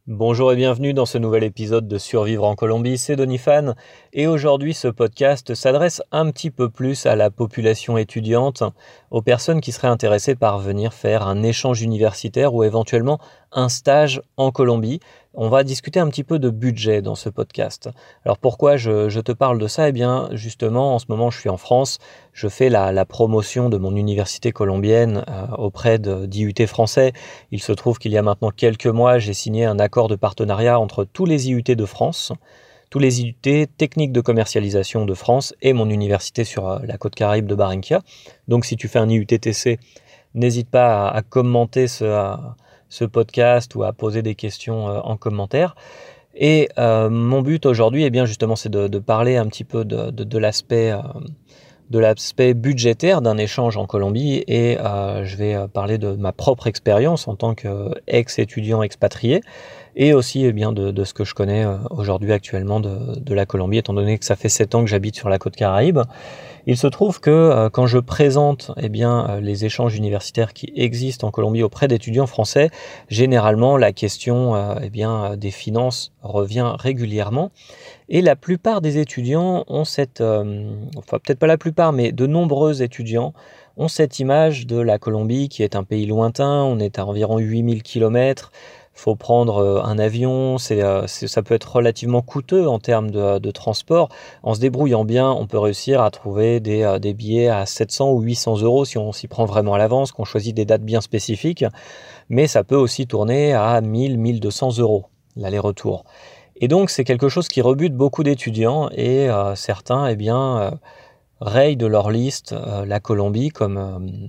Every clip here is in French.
Bonjour et bienvenue dans ce nouvel épisode de Survivre en Colombie, c'est Donifan et aujourd'hui ce podcast s'adresse un petit peu plus à la population étudiante, aux personnes qui seraient intéressées par venir faire un échange universitaire ou éventuellement un stage en Colombie. On va discuter un petit peu de budget dans ce podcast. Alors pourquoi je te parle de ça? Eh bien justement en ce moment je suis en France, je fais la promotion de mon université colombienne auprès d'IUT français. Il se trouve qu'il y a maintenant quelques mois, j'ai signé un accord de partenariat entre tous les IUT de France, tous les IUT techniques de commercialisation de France et mon université sur la côte Caraïbe de Barranquilla. Donc si tu fais un IUT-TC, n'hésite pas à commenter ce podcast ou à poser des questions en commentaire. Et mon but aujourd'hui, eh bien justement, c'est de parler un petit peu de l'aspect budgétaire d'un échange en Colombie et je vais parler de ma propre expérience en tant qu'ex-étudiant expatrié et aussi eh bien, de ce que je connais aujourd'hui actuellement de la Colombie, étant donné que ça fait 7 ans que j'habite sur la côte Caraïbe. Il se trouve que quand je présente eh bien, les échanges universitaires qui existent en Colombie auprès d'étudiants français, généralement la question eh bien, des finances revient régulièrement. Et la plupart des étudiants ont enfin peut-être pas la plupart, mais de nombreux étudiants ont cette image de la Colombie qui est un pays lointain, on est à environ 8000 km, faut prendre un avion, ça peut être relativement coûteux en termes de transport. En se débrouillant bien, on peut réussir à trouver des billets à 700 ou 800 euros si on s'y prend vraiment à l'avance, qu'on choisit des dates bien spécifiques, mais ça peut aussi tourner à 1000, 1200 euros l'aller-retour. Et donc c'est quelque chose qui rebute beaucoup d'étudiants et certains eh bien, rayent de leur liste la Colombie comme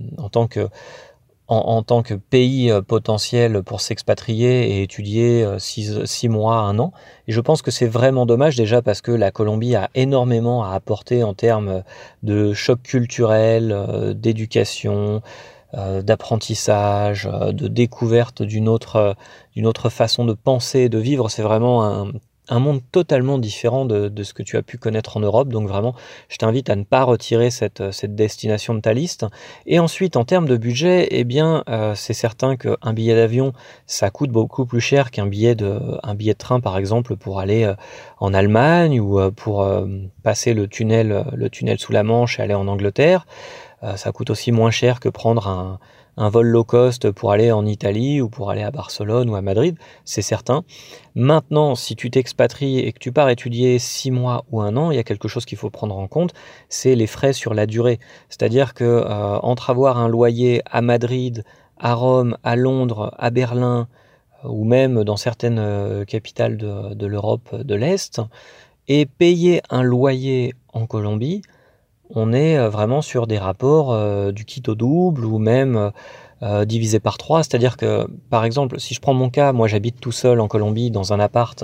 en tant que pays potentiel pour s'expatrier et étudier 6 mois, 1 an. Et je pense que c'est vraiment dommage déjà parce que la Colombie a énormément à apporter en termes de choc culturel, d'éducation, d'apprentissage, de découverte d'une autre façon de penser et de vivre. C'est vraiment un monde totalement différent de ce que tu as pu connaître en Europe. Donc vraiment, je t'invite à ne pas retirer cette destination de ta liste. Et ensuite, en termes de budget, eh bien, c'est certain qu'un billet d'avion, ça coûte beaucoup plus cher qu'un billet de train, par exemple, pour aller en Allemagne ou pour passer le tunnel sous la Manche et aller en Angleterre. Ça coûte aussi moins cher que prendre un vol low cost pour aller en Italie ou pour aller à Barcelone ou à Madrid, c'est certain. Maintenant, si tu t'expatries et que tu pars étudier 6 mois ou 1 an, il y a quelque chose qu'il faut prendre en compte, c'est les frais sur la durée. C'est-à-dire que entre avoir un loyer à Madrid, à Rome, à Londres, à Berlin, ou même dans certaines capitales de l'Europe de l'Est, et payer un loyer en Colombie, on est vraiment sur des rapports du kit au double ou même divisé par 3. C'est-à-dire que, par exemple, si je prends mon cas, moi j'habite tout seul en Colombie dans un appart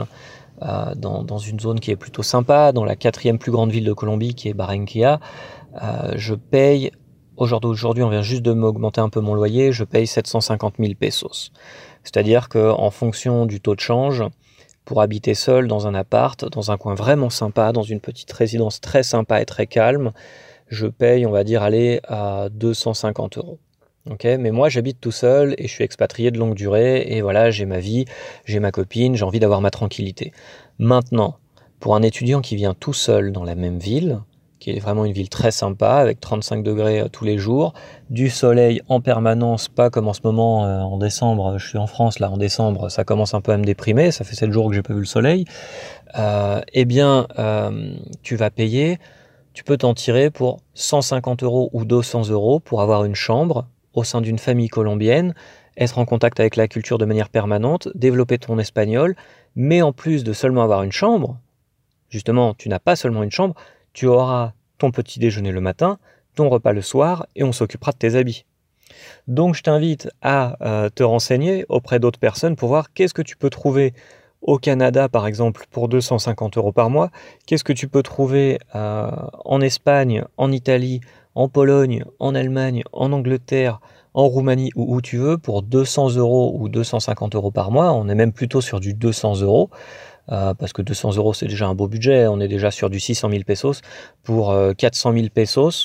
dans une zone qui est plutôt sympa, dans la 4e plus grande ville de Colombie qui est Barranquilla. Je paye, aujourd'hui on vient juste de m'augmenter un peu mon loyer, je paye 750 000 pesos. C'est-à-dire qu'en fonction du taux de change, pour habiter seul dans un appart, dans un coin vraiment sympa, dans une petite résidence très sympa et très calme, je paye, on va dire, aller à 250 euros. Okay, mais moi, j'habite tout seul et je suis expatrié de longue durée et voilà, j'ai ma vie, j'ai ma copine, j'ai envie d'avoir ma tranquillité. Maintenant, pour un étudiant qui vient tout seul dans la même ville, qui est vraiment une ville très sympa, avec 35 degrés tous les jours, du soleil en permanence, pas comme en ce moment en décembre, je suis en France, là en décembre, ça commence un peu à me déprimer, ça fait 7 jours que j'ai pas vu le soleil, eh bien, tu vas payer, tu peux t'en tirer pour 150 euros ou 200 euros pour avoir une chambre au sein d'une famille colombienne, être en contact avec la culture de manière permanente, développer ton espagnol, mais en plus de seulement avoir une chambre, justement, tu n'as pas seulement une chambre, tu auras ton petit déjeuner le matin, ton repas le soir, et on s'occupera de tes habits. Donc je t'invite à te renseigner auprès d'autres personnes pour voir qu'est-ce que tu peux trouver au Canada, par exemple, pour 250 euros par mois, qu'est-ce que tu peux trouver en Espagne, en Italie, en Pologne, en Allemagne, en Angleterre, en Roumanie ou où tu veux, pour 200 euros ou 250 euros par mois. On est même plutôt sur du 200 euros. Parce que 200 euros c'est déjà un beau budget, on est déjà sur du 600 000 pesos pour 400 000 pesos.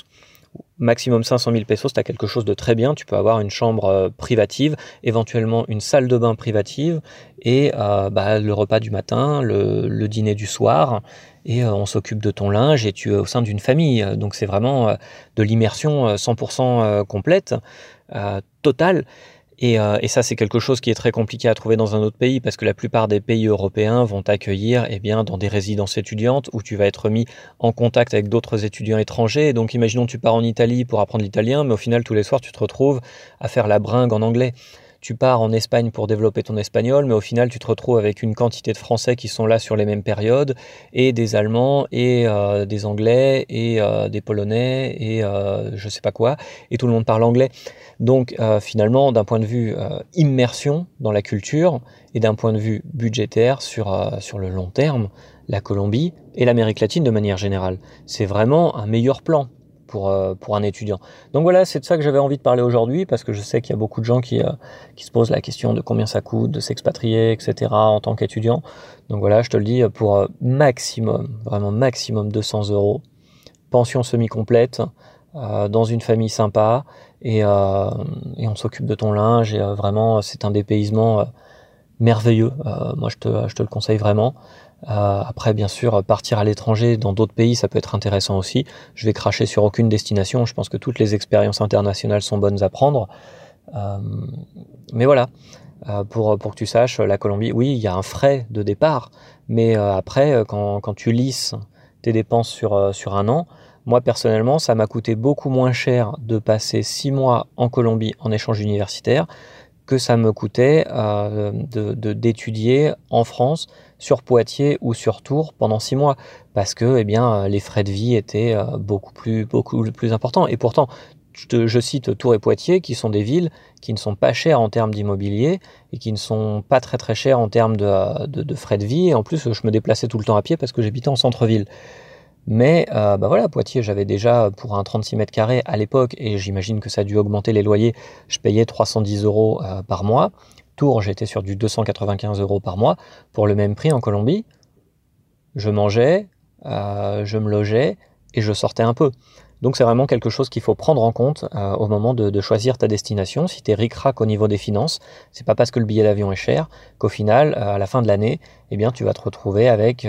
maximum 500 000 pesos, tu as quelque chose de très bien. Tu peux avoir une chambre privative, éventuellement une salle de bain privative et le repas du matin, le dîner du soir et on s'occupe de ton linge et tu es au sein d'une famille. Donc c'est vraiment de l'immersion 100% complète, totale. Et ça, c'est quelque chose qui est très compliqué à trouver dans un autre pays parce que la plupart des pays européens vont t'accueillir dans des résidences étudiantes où tu vas être mis en contact avec d'autres étudiants étrangers. Donc imaginons tu pars en Italie pour apprendre l'italien, mais au final tous les soirs tu te retrouves à faire la bringue en anglais. Tu pars en Espagne pour développer ton espagnol, mais au final tu te retrouves avec une quantité de Français qui sont là sur les mêmes périodes, et des Allemands, et des Anglais, et des Polonais, et je sais pas quoi, et tout le monde parle anglais. Donc finalement, d'un point de vue immersion dans la culture, et d'un point de vue budgétaire sur le long terme, la Colombie et l'Amérique latine de manière générale, c'est vraiment un meilleur plan pour un étudiant. Donc voilà, c'est de ça que j'avais envie de parler aujourd'hui, parce que je sais qu'il y a beaucoup de gens qui se posent la question de combien ça coûte de s'expatrier, etc. en tant qu'étudiant. Donc voilà, je te le dis, pour maximum, vraiment maximum 200 €, pension semi-complète, dans une famille sympa, et on s'occupe de ton linge, et vraiment, c'est un dépaysement merveilleux. Moi, je te le conseille vraiment. Après, bien sûr, partir à l'étranger, dans d'autres pays, ça peut être intéressant aussi. Je vais cracher sur aucune destination. Je pense que toutes les expériences internationales sont bonnes à prendre. Mais voilà, pour que tu saches, la Colombie, oui, il y a un frais de départ, mais après, quand tu lisses tes dépenses sur un an, moi personnellement, ça m'a coûté beaucoup moins cher de passer 6 mois en Colombie en échange universitaire que ça me coûtait d'étudier en France, sur Poitiers ou sur Tours pendant 6 mois, parce que les frais de vie étaient beaucoup plus importants. Et pourtant, je cite Tours et Poitiers, qui sont des villes qui ne sont pas chères en termes d'immobilier et qui ne sont pas très très chères en termes de frais de vie. Et en plus, je me déplaçais tout le temps à pied parce que j'habitais en centre-ville. Mais voilà, Poitiers, j'avais déjà pour un 36 mètres carrés à l'époque, et j'imagine que ça a dû augmenter les loyers, je payais 310 € par mois. Tours, j'étais sur du 295 € par mois. Pour le même prix en Colombie, je mangeais, je me logeais et je sortais un peu. Donc c'est vraiment quelque chose qu'il faut prendre en compte au moment de choisir ta destination. Si tu es ric-rac au niveau des finances, c'est pas parce que le billet d'avion est cher qu'au final, à la fin de l'année, tu vas te retrouver avec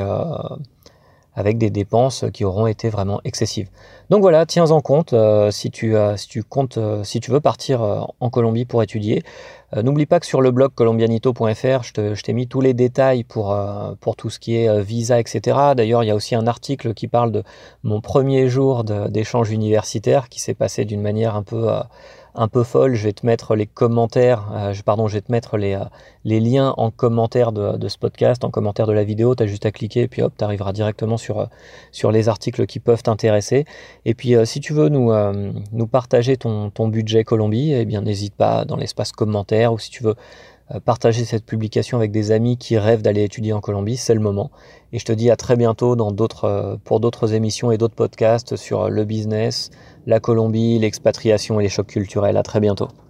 des dépenses qui auront été vraiment excessives. Donc voilà, tiens en compte si tu veux partir en Colombie pour étudier. N'oublie pas que sur le blog colombianito.fr, je t'ai mis tous les détails pour tout ce qui est visa, etc. D'ailleurs, il y a aussi un article qui parle de mon premier jour d'échange universitaire qui s'est passé d'une manière un peu folle. Je vais te mettre les commentaires, je vais te mettre les liens en commentaire de ce podcast, en commentaire de la vidéo. Tu as juste à cliquer et puis hop, tu arriveras directement sur les articles qui peuvent t'intéresser. Et puis si tu veux nous partager ton budget Colombie, n'hésite pas dans l'espace commentaire, ou si tu veux partager cette publication avec des amis qui rêvent d'aller étudier en Colombie, c'est le moment. Et je te dis à très bientôt pour d'autres émissions et d'autres podcasts sur le business, la Colombie, l'expatriation et les chocs culturels. À très bientôt.